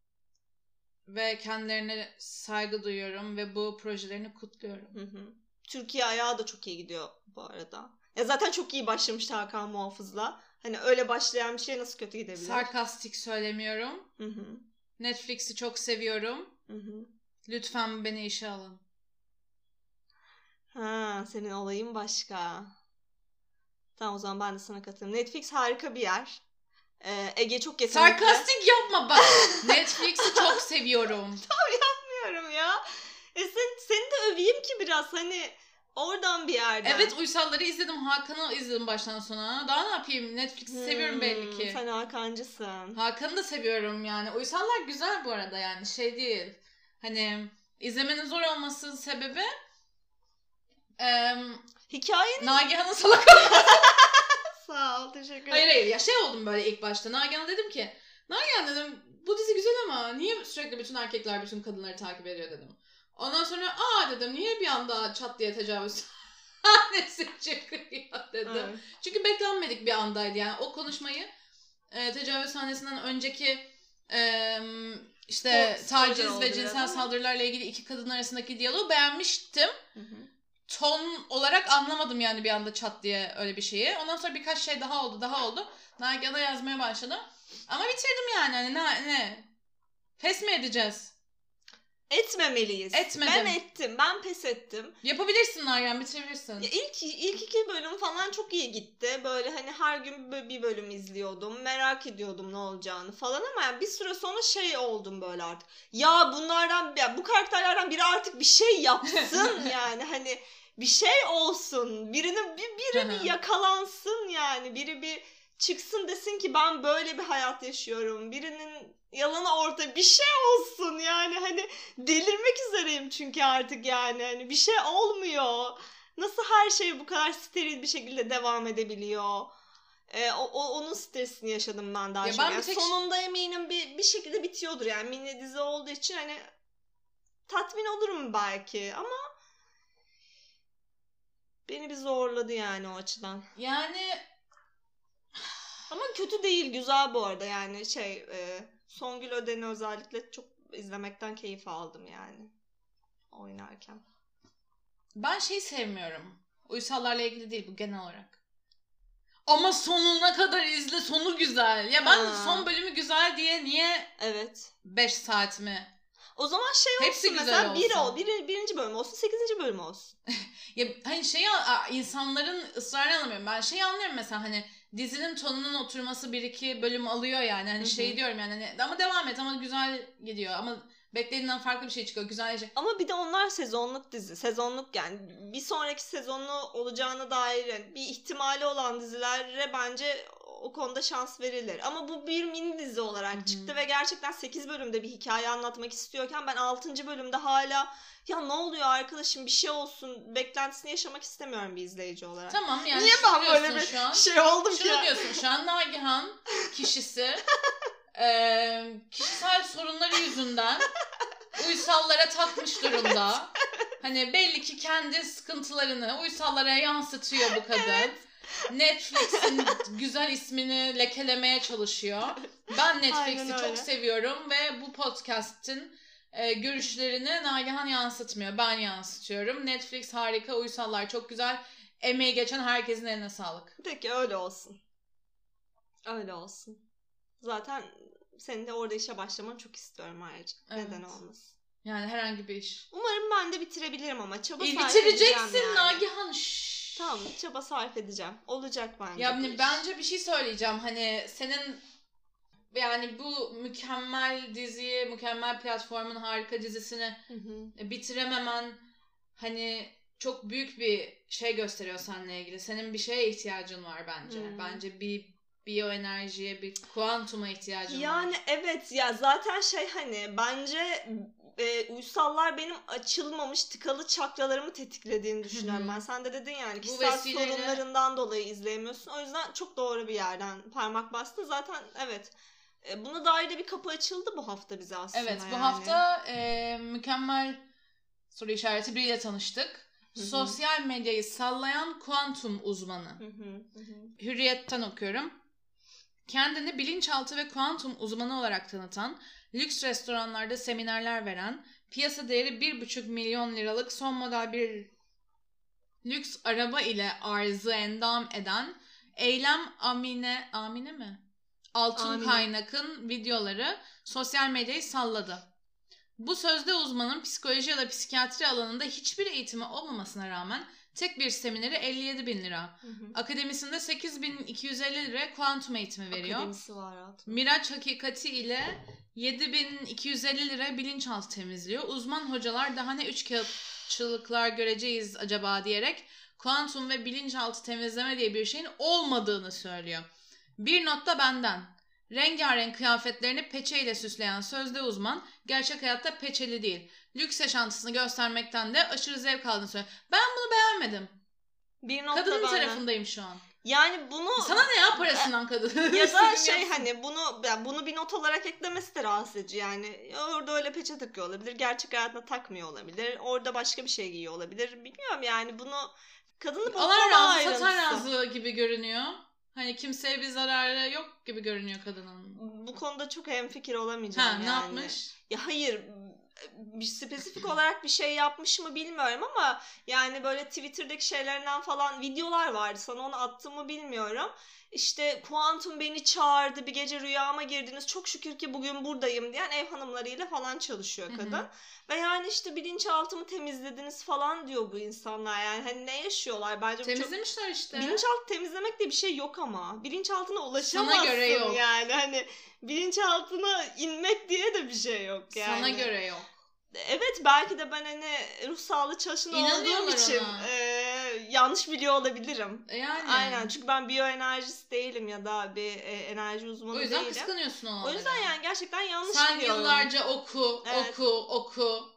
Ve kendilerine saygı duyuyorum ve bu projelerini kutluyorum. Hı hı. Türkiye ayağı da çok iyi gidiyor bu arada. Ya zaten çok iyi başlamıştı Hakan Muhafız'la. Hani öyle başlayan bir şey nasıl kötü gidebilir? Sarkastik söylemiyorum. Hı hı. Netflix'i çok seviyorum. Hı hı. Lütfen beni işe alın. Ha, senin olayın başka. Tamam, o zaman ben de sana katılıyorum. Netflix harika bir yer. Ee, Ege çok yetenekli. Sarkastik yapma bak. Netflix'i çok seviyorum. Tamam, yapmıyorum ya. E sen, seni de öveyim ki biraz hani oradan bir yerden. Evet, Uysalları izledim. Hakan'ı izledim baştan sona. Daha ne yapayım? Netflix'i hmm, seviyorum belli ki. Sen Hakan'cısın. Hakan'ı da seviyorum yani. Uysallar güzel bu arada yani. Şey değil. Hani izlemenin zor olmasının sebebi e, hikayenin... Nagihan'ın salak olması. Sağ ol, teşekkür ederim. Hayır hayır ya şey oldum böyle ilk başta. Nagihan'a dedim ki Nagihan dedim bu dizi güzel ama niye sürekli bütün erkekler bütün kadınları takip ediyor dedim. Ondan sonra aa dedim niye bir anda çat diye tecavüz sahnesi çıkıyor dedim. Evet. Çünkü beklenmedik bir andaydı yani o konuşmayı e, tecavüz sahnesinden önceki e, işte o, taciz ve cinsel saldırılarla ilgili iki kadın arasındaki diyaloğu beğenmiştim. Hı hı. Ton olarak anlamadım yani bir anda çat diye öyle bir şeyi. Ondan sonra birkaç şey daha oldu daha oldu. Nagihan'a yazmaya başladım. Ama bitirdim yani hani ne, ne? Pes mi edeceğiz? Etmemeliyiz. Etmedim. Ben ettim. Ben pes ettim. Yapabilirsin Nagihan, bitirirsin. Ya ilk, ilk iki bölüm falan çok iyi gitti. Böyle hani her gün bir bölüm izliyordum. Merak ediyordum ne olacağını falan ama yani bir süre sonra şey oldum böyle artık. Ya bunlardan, ya bu karakterlerden biri artık bir şey yapsın yani hani bir şey olsun. Birini bir biri bir yakalansın yani. Biri bir çıksın desin ki ben böyle bir hayat yaşıyorum. Birinin yalanı ortaya bir şey olsun yani hani delirmek üzereyim çünkü artık yani hani bir şey olmuyor. Nasıl her şey bu kadar steril bir şekilde devam edebiliyor? Ee, o, o onun stresini yaşadım ben daha ya çok. Ben yani tek... Sonunda eminim bir bir şekilde bitiyordur yani mini dizi olduğu için hani tatmin olurum belki ama beni bir zorladı yani o açıdan. Yani ama kötü değil, güzel bu arada yani şey e, Songül Öden'i özellikle çok izlemekten keyif aldım yani oynarken. Ben şey sevmiyorum. Uysallarla ilgili değil bu genel olarak. Ama sonuna kadar izle, sonu güzel. Ya ben Ha. son bölümü güzel diye niye Evet. beş saat mi? O zaman şey olsun Hepsi güzel mesela olsun. bir, ol, bir, birinci bölüm olsun, sekizinci bölüm olsun. Ya hani şeyi insanların ısrarını anlamıyorum. Ben şeyi anlıyorum mesela hani dizinin tonunun oturması bir iki bölüm alıyor yani. Hani Hı hı. şey diyorum yani hani, ama devam et ama güzel gidiyor. Ama beklediğinden farklı bir şey çıkıyor. Güzel şey. Ama bir de onlar sezonluk dizi. Sezonluk yani bir sonraki sezonu olacağına dair bir ihtimali olan dizilere bence o konuda şans verilir. Ama bu bir mini dizi olarak Hı-hı. çıktı ve gerçekten sekiz bölümde bir hikaye anlatmak istiyorken ben altıncı bölümde hala ya ne oluyor arkadaşım bir şey olsun beklentisini yaşamak istemiyorum bir izleyici olarak. Tamam yani niye ben böyle bir şu an, şey oldum şunu ki? Şunu diyorsun şu an Nagihan kişisi e, kişisel sorunları yüzünden uysallara takmış durumda. Hani belli ki kendi sıkıntılarını uysallara yansıtıyor bu kadın. Evet. Netflix'in güzel ismini lekelemeye çalışıyor. Ben Netflix'i çok seviyorum ve bu podcast'in e, görüşlerini Nagihan yansıtmıyor. Ben yansıtıyorum. Netflix harika, uysallar çok güzel. Emeği geçen herkesin eline sağlık. Peki öyle olsun. Öyle olsun. Zaten senin de orada işe başlamanı çok istiyorum ayrıca. Evet. Neden olmasın? Yani herhangi bir iş. Umarım ben de bitirebilirim ama çaba e, sarf edeceğim bitireceksin yani. Nagihan. Şşş. Tamam çaba sarf edeceğim. Olacak bence. Yani bence bir şey söyleyeceğim. Hani senin yani bu mükemmel diziyi, mükemmel platformun harika dizisini hı hı. bitirememen hani çok büyük bir şey gösteriyor seninle ilgili. Senin bir şeye ihtiyacın var bence. Hmm. Bence bir biyoenerjiye, bir kuantuma ihtiyacın yani var. Yani evet ya zaten şey hani bence e, uysallar benim açılmamış tıkalı çakralarımı tetiklediğini düşünüyorum ben. Sen de dedin yani kişisel vesileyle... sorunlarından dolayı izleyemiyorsun. O yüzden çok doğru bir yerden parmak bastın. Zaten evet e, buna dair de bir kapı açıldı bu hafta bize aslında. Evet bu yani. hafta e, mükemmel soru işareti biriyle tanıştık. Hı-hı. Sosyal medyayı sallayan kuantum uzmanı. Hı-hı. Hürriyet'ten okuyorum. Kendini bilinçaltı ve kuantum uzmanı olarak tanıtan, lüks restoranlarda seminerler veren, piyasa değeri bir buçuk milyon liralık son model bir lüks araba ile arzı endam eden Eylem Amine, Amine mi? Altun Amine. Kaynak'ın videoları sosyal medyayı salladı. Bu sözde uzmanın psikoloji ya da psikiyatri alanında hiçbir eğitimi olmamasına rağmen tek bir semineri elli yedi bin lira. Hı hı. Akademisinde sekiz bin iki yüz elli lira kuantum eğitimi veriyor. Akademisi var hayatım. Miraç Hakikati ile yedi bin iki yüz elli lira bilinçaltı temizliyor. Uzman hocalar daha ne üç kağıtçılıklar göreceğiz acaba diyerek kuantum ve bilinçaltı temizleme diye bir şeyin olmadığını söylüyor. Bir notta benden. Rengarenk kıyafetlerini peçeyle süsleyen sözde uzman gerçek hayatta peçeli değil. Lüks yaşantısını göstermekten de aşırı zevk aldığını söylüyor. Ben bunu beğenmedim. Bir nokta Kadının benden. tarafındayım şu an. Yani bunu sana ne ya parasından kadın? Ya da şey hani bunu yani bunu bir not olarak eklemesi de rahatsız edici yani. Orada öyle peçe takıyor olabilir. Gerçek hayatında takmıyor olabilir. Orada başka bir şey giyiyor olabilir. Bilmiyorum yani bunu kadını boklama ayrıntısı. Alan razı, satan razı gibi görünüyor. Hani kimseye bir zararı yok gibi görünüyor kadının. Bu konuda çok hemfikir olamayacağım ha, yani. Ne yapmış? Ya hayır bir spesifik olarak bir şey yapmış mı bilmiyorum ama yani böyle Twitter'daki şeylerinden falan videolar vardı. Sana onu attığımı bilmiyorum. İşte kuantum beni çağırdı, bir gece rüyama girdiniz, çok şükür ki bugün buradayım diyen ev hanımlarıyla falan çalışıyor kadın. Hı hı. Ve yani işte bilinçaltımı temizlediniz falan diyor bu insanlar yani hani ne yaşıyorlar bence. Temizlemişler çok... işte. Bilinçaltı temizlemek diye bir şey yok ama. Bilinçaltına ulaşamazsın. Sana göre yok. Yani hani bilinçaltına inmek diye de bir şey yok yani. Sana göre yok. Evet belki de ben hani ruh sağlığı çalışanı olduğum için e, yanlış biliyor olabilirim. Yani. Aynen çünkü ben biyoenerjist değilim ya da bir e, enerji uzmanı değilim. O yüzden değilim. Kıskanıyorsun onu. O yüzden yani gerçekten yanlış Sen biliyorum. Sen yıllarca oku, evet. oku, oku.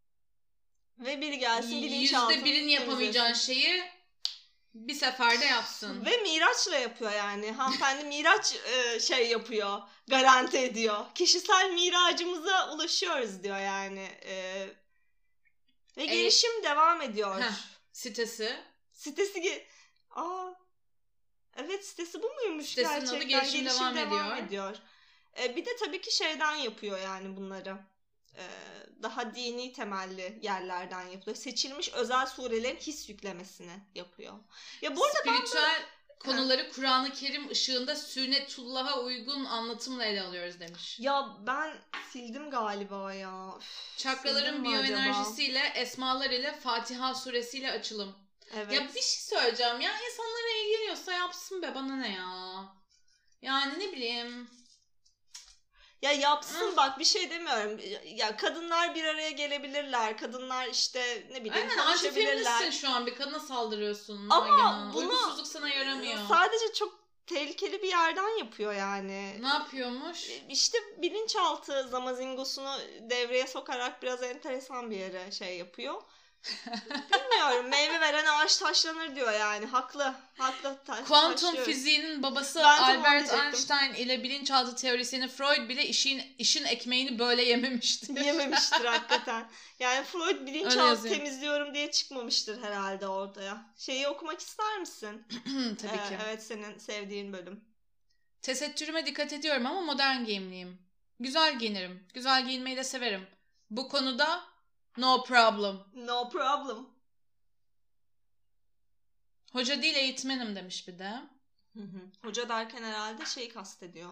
Ve biri gelsin bilinçaltını Yüzde birin yapamayacağın şeyi bir seferde yapsın. Ve Miraç'la yapıyor yani. Hanımefendi Miraç e, şey yapıyor. Garanti ediyor. Kişisel miracımıza ulaşıyoruz diyor yani. E, ve e, gelişim devam ediyor. Heh, sitesi. Sitesi ge- Aa. Evet sitesi bu muymuş Sitesinin gerçekten? Adı gelişim, gelişim devam, devam ediyor. ediyor. E, bir de tabii ki şeyden yapıyor yani bunları. Daha dini temelli yerlerden yapılıyor. Seçilmiş özel surelerin his yüklemesini yapıyor. Ya bu arada spiritüel konuları Kur'an-ı Kerim ışığında sünnetullah'a uygun anlatımla ele alıyoruz demiş. Ya ben sildim galiba ya. Üf, Çakraların biyoenerjisiyle, esmalar ile, Fatiha suresiyle açılım. Evet. Ya bir şey söyleyeceğim ya, insanlara ilgileniyorsa yapsın be, bana ne ya. Yani ne bileyim. Ya yapsın, bak bir şey demiyorum. Ya kadınlar bir araya gelebilirler. Kadınlar işte ne bileyim Aynen, konuşabilirler. antifeministsin şu an, bir kadına saldırıyorsun. Ama bunu uykusuzluk sana yaramıyor. Sadece çok tehlikeli bir yerden yapıyor yani. Ne yapıyormuş? İşte bilinçaltı zamazingosunu devreye sokarak biraz enteresan bir yere şey yapıyor. Bilmiyorum, meyve veren ağaç taşlanır diyor yani. Haklı. Haklı. Ta- Kuantum fiziğinin babası Ben Albert Einstein ile bilinçaltı teorisyeni Freud bile işin işin ekmeğini böyle yememiştir. Yememiştir hakikaten. Yani Freud bilinçaltı temizliyorum diye çıkmamıştır herhalde ortaya. Şeyi okumak ister misin? Tabii ki. Ee, evet, senin sevdiğin bölüm. Tesettürüme dikkat ediyorum ama modern giyimliyim. Güzel giyinirim. Güzel giyinmeyi de severim. Bu konuda no problem. No problem. Hoca değil eğitmenim demiş bir de. Hı hı. Hoca derken herhalde şeyi kastediyor.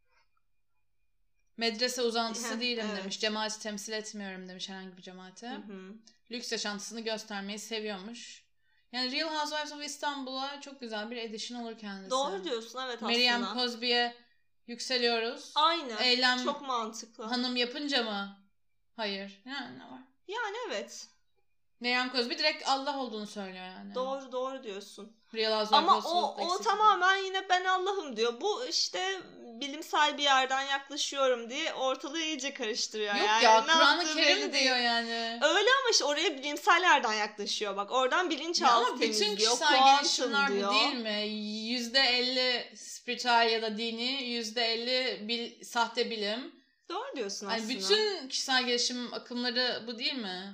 Medrese uzantısı değilim evet. demiş. Cemaati temsil etmiyorum demiş, herhangi bir cemaate. Hı hı. Lüks yaşantısını göstermeyi seviyormuş. Yani Real Housewives of İstanbul'a çok güzel bir edition olur kendisi. Doğru diyorsun, evet aslında. Meryem Cosby'ye yükseliyoruz. Aynen. Eylem çok mantıklı. Hanım yapınca mı? Hayır. Yani ne var? Yani evet. Meryem Cosby direkt Allah olduğunu söylüyor yani. Doğru doğru diyorsun. Real Housewives Ama of o, o tamamen yine ben Allah'ım diyor. Bu işte bilimsel bir yerden yaklaşıyorum diye ortalığı iyice karıştırıyor. Yok yani. ya, Kur'an-ı Kerim diyor yani. Öyle ama işte oraya bilimsel yerden yaklaşıyor. Bak oradan bilinçaltı temizliyor. Ama bütün kişisel gelişimler bu değil mi? yüzde elli spiritüel ya da dini, yüzde elli bil, sahte bilim. Doğru diyorsun yani aslında. Bütün kişisel gelişim akımları bu değil mi?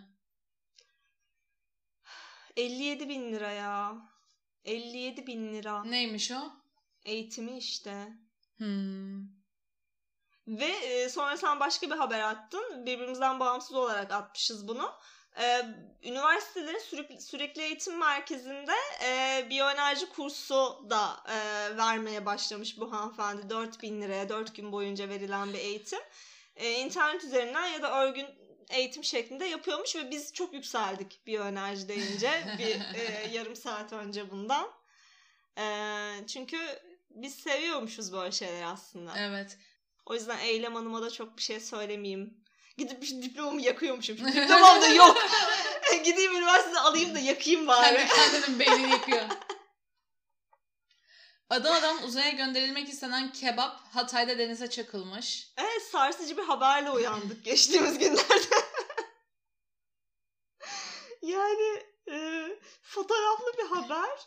elli yedi bin lira ya. elli yedi bin lira. Neymiş o? Eğitimi işte. Hmm. Ve e, sonra sen başka bir haber attın. Birbirimizden bağımsız olarak atmışız bunu. E, üniversitelerin sürekli, sürekli eğitim merkezinde e, biyoenerji kursu da e, vermeye başlamış bu hanımefendi. dört bin liraya dört gün boyunca verilen bir eğitim. E, internet üzerinden ya da örgün eğitim şeklinde yapıyormuş ve biz çok yükseldik biyoenerji deyince bir e, yarım saat önce bundan. E, çünkü biz seviyormuşuz böyle şeyler aslında. Evet. O yüzden Eylem Hanım'a da çok bir şey söylemeyeyim. Gidip diplomamı yakıyormuşum. Diplomam da yok. Gideyim üniversitede alayım da yakayım bari. Kendi kendinin beynini yakıyor. Adana'dan uzaya gönderilmek istenen kebap Hatay'da denize çakılmış. Evet, sarsıcı bir haberle uyandık geçtiğimiz günlerde. yani e, fotoğraflı bir haber.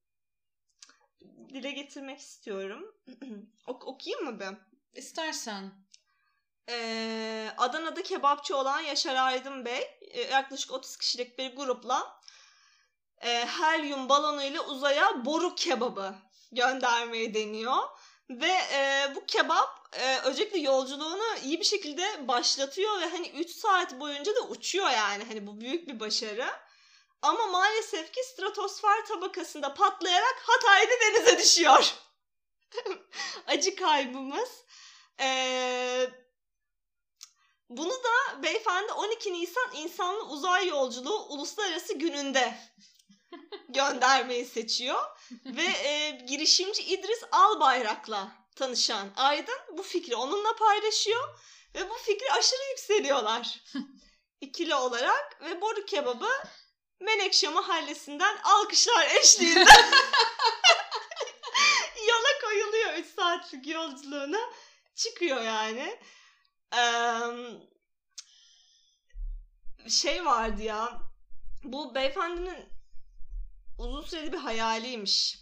Dile getirmek istiyorum. Ok- okuyayım mı ben? İstersen. Ee, Adana'da kebapçı olan Yaşar Aydın Bey e, yaklaşık otuz kişilik bir grupla e, helyum balonuyla uzaya boru kebabı göndermeyi deniyor. Ve e, bu kebap e, öncelikle yolculuğunu iyi bir şekilde başlatıyor ve hani üç saat boyunca da uçuyor yani. Hani bu büyük bir başarı. Ama maalesef ki stratosfer tabakasında patlayarak Hatay'da denize düşüyor. Acı kaybımız. Eee... Bunu da beyefendi on iki Nisan İnsanlı Uzay Yolculuğu Uluslararası Günü'nde göndermeyi seçiyor. Ve e, girişimci İdris Albayrak'la tanışan Aydın bu fikri onunla paylaşıyor. Ve bu fikri aşırı yükseliyorlar. İkili olarak ve boru kebabı Menekşe Mahallesi'nden alkışlar eşliğinde yola koyuluyor. üç saatlik yolculuğuna çıkıyor yani. Ee, şey vardı ya, bu beyefendinin uzun süreli bir hayaliymiş.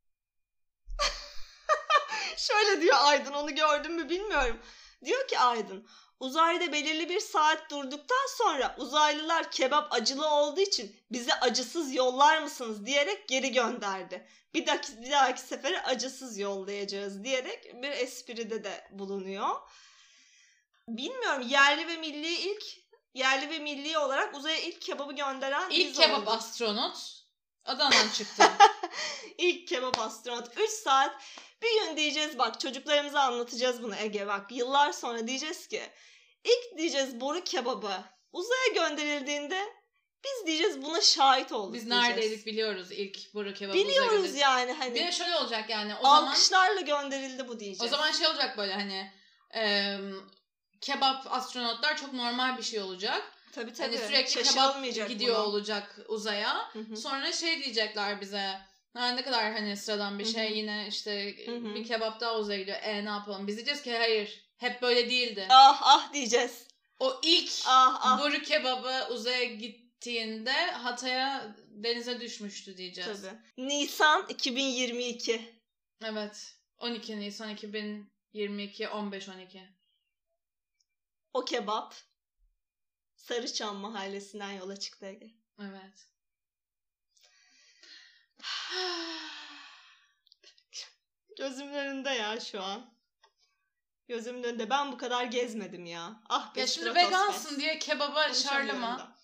Şöyle diyor Aydın, onu gördün mü bilmiyorum. Diyor ki Aydın, uzayda belirli bir saat durduktan sonra uzaylılar kebap acılı olduğu için bize acısız yollar mısınız diyerek geri gönderdi. Bir dahaki, bir dahaki sefere acısız yollayacağız diyerek bir espride de bulunuyor. Bilmiyorum, yerli ve milli ilk yerli ve milli olarak uzaya ilk kebabı gönderen İlk biz kebap olduk. astronot. Adana'dan çıktı. İlk kebap astronot. üç saat. Bir gün diyeceğiz bak çocuklarımıza anlatacağız bunu Ege bak. Yıllar sonra diyeceğiz ki ilk diyeceğiz boru kebabı uzaya gönderildiğinde biz diyeceğiz buna şahit olduk Biz diyeceğiz. neredeydik biliyoruz ilk boru kebabı biliyoruz uzaya yani hani. Bir de şöyle olacak yani. O alkışlarla zaman, gönderildi bu diyeceğiz. O zaman şey olacak böyle hani e, kebap astronotlar çok normal bir şey olacak. Tabii tabii. Hani sürekli kebap gidiyor buna. Olacak uzaya. Hı hı. Sonra şey diyecekler bize. Ha, ne kadar hani sıradan bir şey. Hı hı. Yine işte hı hı. bir kebap daha uzaya gidiyor. E ne yapalım? Biz diyeceğiz ki hayır. Hep böyle değildi. Ah ah diyeceğiz. O ilk ah, ah. boru kebabı uzaya gittiğinde Hatay'a denize düşmüştü diyeceğiz. Tabii. Nisan iki bin yirmi iki. Evet. on iki Nisan iki bin yirmi iki on beş on iki. O kebap Sarıçam mahallesinden yola çıktı Ege. Evet. Gözümün önünde ya şu an. Gözümün önünde. Ben bu kadar gezmedim ya. Ah be. Ya şimdi vegansın diye kebaba şarlama.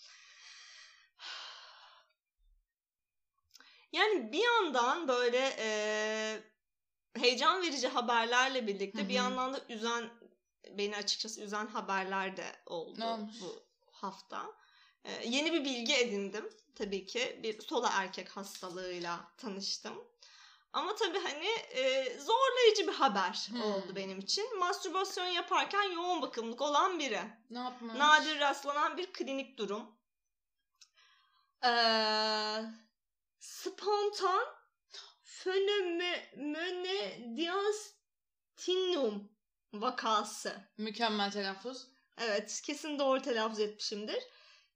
Yani bir yandan böyle e, heyecan verici haberlerle birlikte Hı-hı. bir yandan da üzen, beni açıkçası üzen haberler de oldu bu hafta. E, yeni bir bilgi edindim. Tabii ki bir sola erkek hastalığıyla tanıştım. Ama tabii hani e, zorlayıcı bir haber hmm. oldu benim için. Mastürbasyon yaparken yoğun bakımlık olan biri. Ne yapmış? Nadir rastlanan bir klinik durum. Eee... Spontan pneumonediastinum vakası. Mükemmel telaffuz. Evet, kesin doğru telaffuz etmişimdir.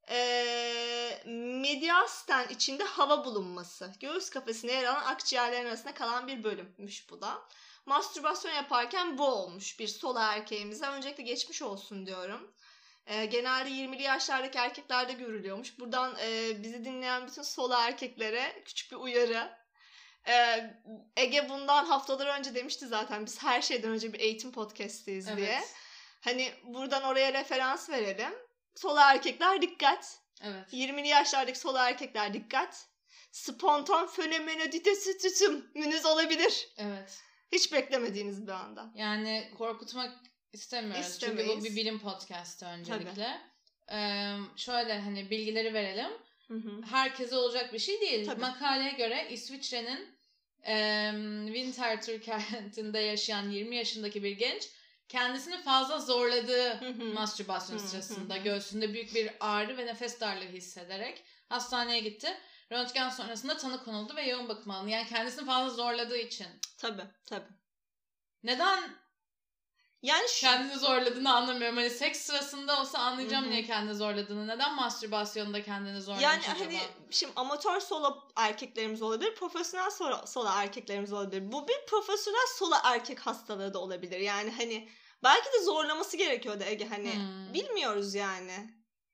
Ee, mediasten içinde hava bulunması. Göğüs kafesine yer alan akciğerlerin arasında kalan bir bölümmüş bu da. Mastürbasyon yaparken bu olmuş bir sola erkeğimize. Öncelikle geçmiş olsun diyorum. E, genelde yirmili yaşlardaki erkeklerde görülüyormuş. Buradan e, bizi dinleyen bütün sola erkeklere küçük bir uyarı. E, Ege bundan haftalar önce demişti zaten biz her şeyden önce bir eğitim podcastiyiz evet. diye. Hani buradan oraya referans verelim. Sola erkekler dikkat. Evet. yirmili yaşlardaki sola erkekler dikkat. Spontan fenomenoditesitüsümünüz olabilir. Evet. Hiç beklemediğiniz bir anda. Yani korkutmak İstemiyoruz. İstemeyiz. Çünkü bu bir bilim podcast'ı öncelikle. Ee, şöyle hani bilgileri verelim. Hı hı. Herkese olacak bir şey değil. Tabii. Makaleye göre İsviçre'nin e, Winterthur kentinde yaşayan yirmi yaşındaki bir genç kendisini fazla zorladığı hı hı. mastürbasyon hı hı. sırasında hı hı. göğsünde büyük bir ağrı ve nefes darlığı hissederek hastaneye gitti. Röntgen sonrasında tanı konuldu ve yoğun bakıma alındı. Yani kendisini fazla zorladığı için. Tabii tabii. Neden? Yani şu... Kendini zorladığını anlamıyorum. Hani seks sırasında olsa anlayacağım Hı-hı. niye kendini zorladığını. Neden mastürbasyonda kendini zorlamış yani acaba? Yani hani şimdi amatör solo erkeklerimiz olabilir, profesyonel solo, solo erkeklerimiz olabilir. Bu bir profesyonel solo erkek hastalığı da olabilir. Yani hani belki de zorlaması gerekiyordu Ege hani hmm. bilmiyoruz yani.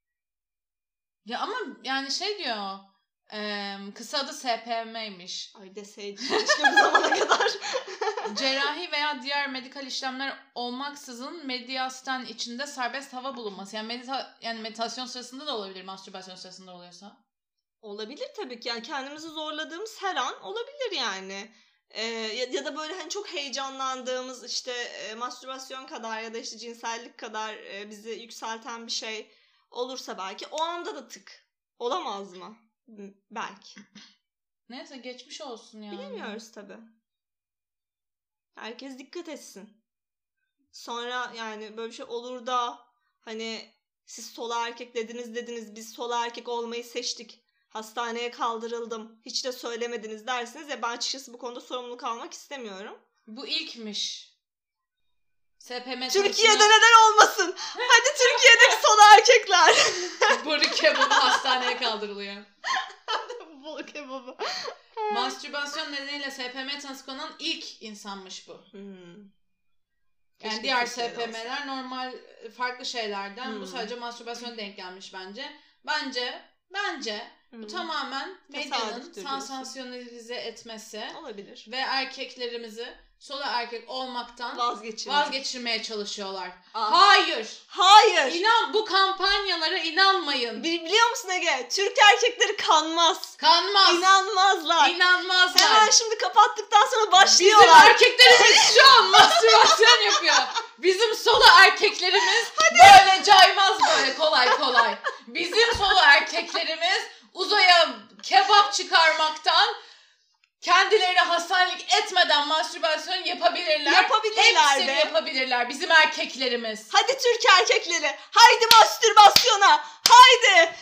Ya ama yani şey diyor... Ee, kısa adı S P M'ymiş. Ay deseydim keşke bu zamana kadar. Cerrahi veya diğer medikal işlemler olmaksızın mediastin içinde serbest hava bulunması. Yani medita yani meditasyon sırasında da olabilir, mastürbasyon sırasında oluyorsa. Olabilir tabii ki. Yani kendimizi zorladığımız her an olabilir yani. Ee, ya, ya da böyle hani çok heyecanlandığımız işte e, mastürbasyon kadar ya da işte cinsellik kadar e, bizi yükselten bir şey olursa belki o anda da tık. Olamaz mı? Belki. Neyse geçmiş olsun yani. Bilemiyoruz tabii. Herkes dikkat etsin. Sonra yani böyle bir şey olur da hani siz sola erkek dediniz dediniz biz sola erkek olmayı seçtik. Hastaneye kaldırıldım. Hiç de söylemediniz dersiniz ya ben açıkçası bu konuda sorumluluk almak istemiyorum. Bu ilkmiş. S P M Türkiye'de tanısına... neden olmasın? Hadi Türkiye'deki sola erkekler. Boru kebabı hastaneye kaldırılıyor. Boru kebabı. Mastürbasyon nedeniyle S P M tanısı konan ilk insanmış bu. Hmm. Yani Keşke diğer S P M'ler olsa. Normal farklı şeylerden. Hmm. Bu sadece mastürbasyon denk gelmiş bence. Bence, bence hmm. bu tamamen medyanın sansasyonelize etmesi. Olabilir. Ve erkeklerimizi sola erkek olmaktan Vazgeçirmek. vazgeçirmeye çalışıyorlar. Aa. Hayır. Hayır. İnan, bu kampanyalara inanmayın. Biliyor musun Ege? Türk erkekleri kanmaz. Kanmaz. İnanmazlar. İnanmazlar. Hemen şimdi kapattıktan sonra Bizim başlıyorlar. erkeklerimiz şu an mastürbasyon yapıyor. Bizim solo erkeklerimiz böyle caymaz böyle kolay kolay. Bizim solo erkeklerimiz uzaya kebap çıkarmaktan, kendilerine hastanelik etmeden mastürbasyon yapabilirler. Yapabilirler Hepsini be. yapabilirler bizim erkeklerimiz. Hadi Türk erkekleri. Haydi mastürbasyona. Haydi.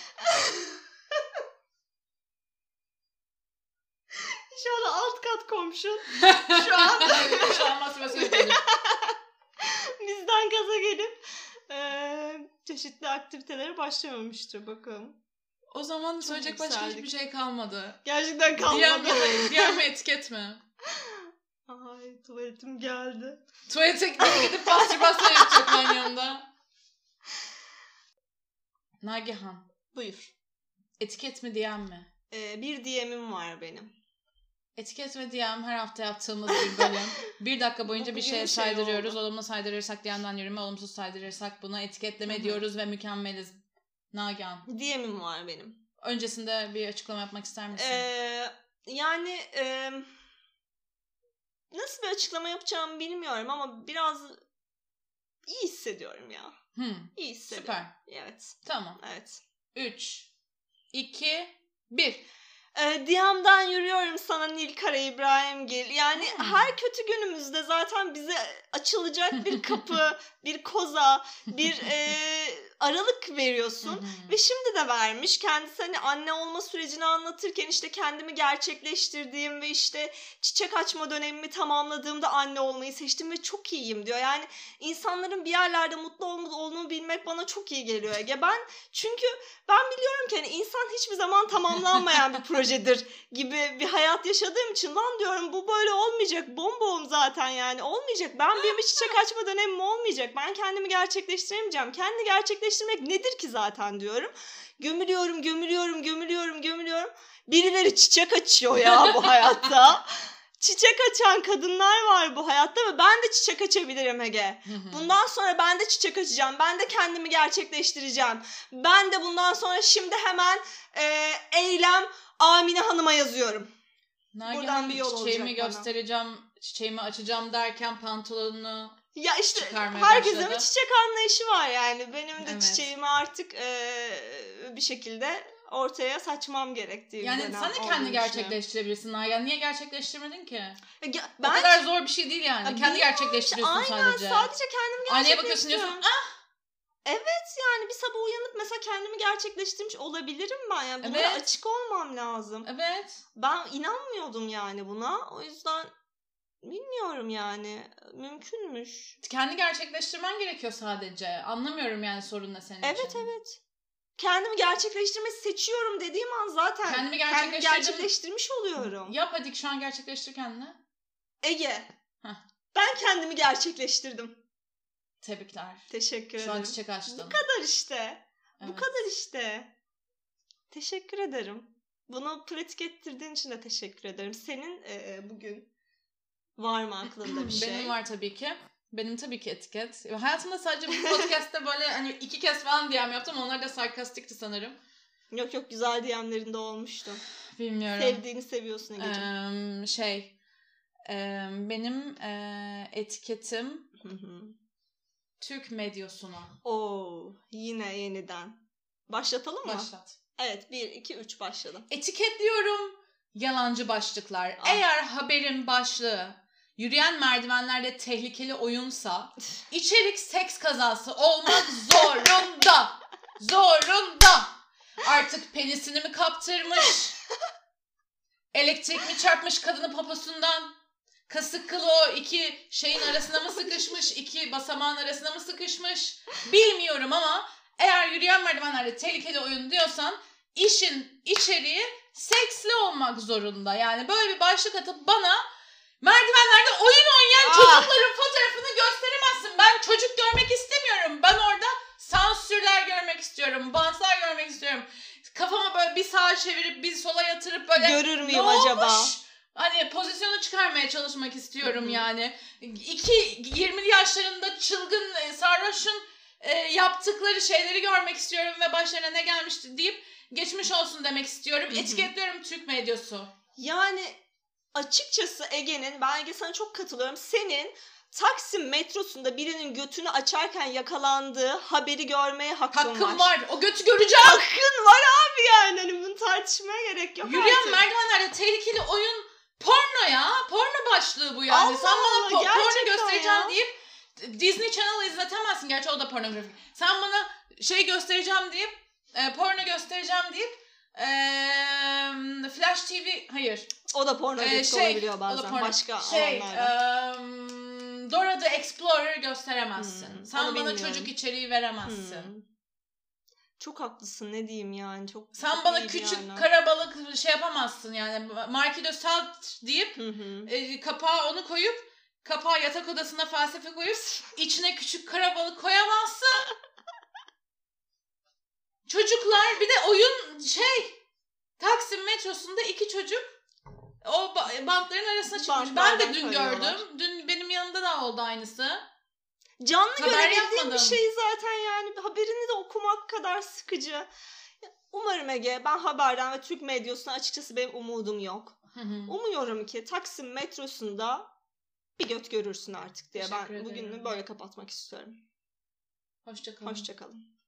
Şu an alt kat komşun. Şu an Şu an mastürbasyon yapıyoruz. bizden gaza gelip e, çeşitli aktivitelere başlamamıştır bakalım. O zaman Çok söyleyecek başka yükseldik. hiçbir şey kalmadı. Gerçekten kalmadı. Diğer mi, diğer mi etiket mi? Ay tuvaletim geldi. Tuvalete gidip, gidip mastürbasyon yapacak banyomda. Nagihan. Buyur. Etiket mi D M mi? Ee, bir D M'im var benim. Etiket ve D M her hafta yaptığımız bir bölüm. Bir dakika boyunca bir Bugün şeye bir şey saydırıyoruz. oldu. Olumlu saydırırsak D M'den yürüme, olumsuz saydırırsak buna etiketleme Hı-hı. diyoruz ve mükemmeliz. Nagihan. D M'im var benim. Öncesinde bir açıklama yapmak ister misin? Ee, yani e, nasıl bir açıklama yapacağımı bilmiyorum ama biraz iyi hissediyorum ya. Hmm. İyi hissediyorum. Süper. Evet. Tamam. Evet. üç, iki, bir. Ee, D M'den yürüyorum sana Nilkara İbrahimgil. Yani Hmm. her kötü günümüzde zaten bize açılacak bir kapı, bir koza, bir e, aralık veriyorsun. Hı-hı. Ve şimdi de vermiş. Kendisi hani anne olma sürecini anlatırken işte kendimi gerçekleştirdiğim ve işte çiçek açma dönemimi tamamladığımda anne olmayı seçtim ve çok iyiyim diyor. Yani insanların bir yerlerde mutlu olduğunu bilmek bana çok iyi geliyor Ege. Ben çünkü ben biliyorum ki hani insan hiçbir zaman tamamlanmayan bir projedir gibi bir hayat yaşadığım için lan diyorum bu böyle olmayacak. Bomboğum zaten yani olmayacak. Ben benim bir çiçek açma dönemim olmayacak. Ben kendimi gerçekleştiremeyeceğim. Kendini gerçekleştirmek nedir ki zaten diyorum. Gömülüyorum, gömülüyorum, gömülüyorum, gömülüyorum. Birileri çiçek açıyor ya bu hayatta. Çiçek açan kadınlar var bu hayatta ve ben de çiçek açabilirim Ege. Bundan sonra ben de çiçek açacağım. Ben de kendimi gerçekleştireceğim. Ben de bundan sonra şimdi hemen e, eylem Amine Hanım'a yazıyorum. Nagihan, Buradan bir yol çiçeğimi olacak bana. göstereceğim, çiçeğimi açacağım derken pantolonunu Ya işte çıkarmaya herkesin başladı. bir çiçek anlayışı var yani. Benim de Evet. çiçeğimi artık e, bir şekilde ortaya saçmam gerektiği Yani bir dönem sen de olduğunu kendini düşünüyorum. gerçekleştirebilirsin Nagihan. Niye gerçekleştirmedin ki? Ya, O ben kadar zor bir şey değil yani. Ya Kendi bilmiyorum gerçekleştiriyorsun Aynen, sadece. sadece kendimi Aynaya bakıyorsun gerçekleştiriyorum. diyorsun ah! Evet yani bir sabah uyanıp mesela kendimi gerçekleştirmiş olabilirim ben. Yani bunlara Evet. açık olmam lazım. Evet. Ben inanmıyordum yani buna. O yüzden bilmiyorum yani. Mümkünmüş. Kendi gerçekleştirmen gerekiyor sadece. Anlamıyorum yani sorun ne senin Evet için. evet. Kendimi gerçekleştirmeyi seçiyorum dediğim an zaten Kendimi kendimi gerçekleştirdim. gerçekleştirmiş oluyorum. Yap hadi şu an gerçekleştir kendini. Ege. Heh. Ben kendimi gerçekleştirdim. Tebrikler. Teşekkür Şu ederim. an çiçek açtın. Bu kadar işte. Evet. Bu kadar işte. Teşekkür ederim. Bunu pratik ettirdiğin için de teşekkür ederim. Senin e, bugün var mı aklında bir şey? Benim var tabii ki. Benim tabii ki etiket. Hayatımda sadece bu podcast'te böyle hani iki kez falan D M yaptım. Onlar da sarkastikti sanırım. Yok yok güzel D M'lerinde olmuştu. Bilmiyorum. Sevdiğini seviyorsun Ege'ciğim. Ee, şey e, benim e, etiketim Hı hı. Türk medyasuna. Oo, yine yeniden. Başlatalım mı? Başlat. Evet bir iki üç başladım. Etiketliyorum yalancı başlıklar. Ah. Eğer haberin başlığı yürüyen merdivenlerde tehlikeli oyunsa içerik seks kazası olmak zorunda. Zorunda. Artık penisini mi kaptırmış? Elektrik mi çarpmış kadının poposundan? Kasık kılı o iki şeyin arasına mı sıkışmış? İki basamağın arasına mı sıkışmış? Bilmiyorum ama eğer yürüyen merdivenlerde tehlikeli oyun diyorsan işin içeriği seksli olmak zorunda. Yani böyle bir başlık atıp bana merdivenlerde oyun oynayan Ah. çocukların fotoğrafını gösteremezsin. Ben çocuk görmek istemiyorum. Ben orada sansürler görmek istiyorum. Bantlar görmek istiyorum. Kafamı böyle bir sağa çevirip bir sola yatırıp böyle Görür müyüm ne acaba? olmuş? Hani pozisyonu çıkarmaya çalışmak istiyorum Hı-hı. yani. İki yirmili yaşlarında çılgın e, sarhoşun e, yaptıkları şeyleri görmek istiyorum ve başlarına ne gelmişti deyip geçmiş olsun demek istiyorum. Hı-hı. Etiketliyorum Türk medyası. Yani açıkçası Ege'nin, ben Ege sana çok katılıyorum. Senin Taksim metrosunda birinin götünü açarken yakalandığı haberi görmeye hakkın, hakkım var. var. O götü göreceğim. Hakkın var abi yani. Hani bunu tartışmaya gerek yok Yürüyen artık. merdivenlerde tehlikeli oyun porno ya. Porno başlığı bu yani. Allah Sen bana Allah, po- porno gerçekten göstereceğim ya. deyip Disney Channel izletemezsin. Gerçi o da pornografik. Sen bana şey göstereceğim deyip e, porno göstereceğim deyip e, Flash T V hayır. O da pornografik Ee, şey, olabiliyor bazen. porno, Başka şey, alanlarda. Um, Dora the Explorer gösteremezsin. Hmm, Sen onu bana bilmiyorum. çocuk içeriği veremezsin. Hmm. Çok haklısın, ne diyeyim yani. Çok, Sen çok bana iyiydi küçük yani. karabalık şey yapamazsın yani. Marquis de Sade deyip Hı hı. e, kapağı onu koyup kapağı yatak odasına felsefe koyup içine küçük karabalık koyamazsın. Çocuklar bir de oyun şey Taksim metrosunda iki çocuk o ba- bantların arasına çıkmış. Ben de dün kayıyorlar. gördüm. Dün benim yanımda da oldu aynısı. Canlı Haber görebildiğim yapmadım. bir şey zaten yani. Haberini de okumak kadar sıkıcı. Umarım Ege, ben haberden ve Türk medyasına açıkçası benim umudum yok. Hı hı. Umuyorum ki Taksim metrosunda bir göt görürsün artık diye. Teşekkür Ben ederim. bugünü böyle kapatmak istiyorum. Hoşça kalın. Hoşça kalın.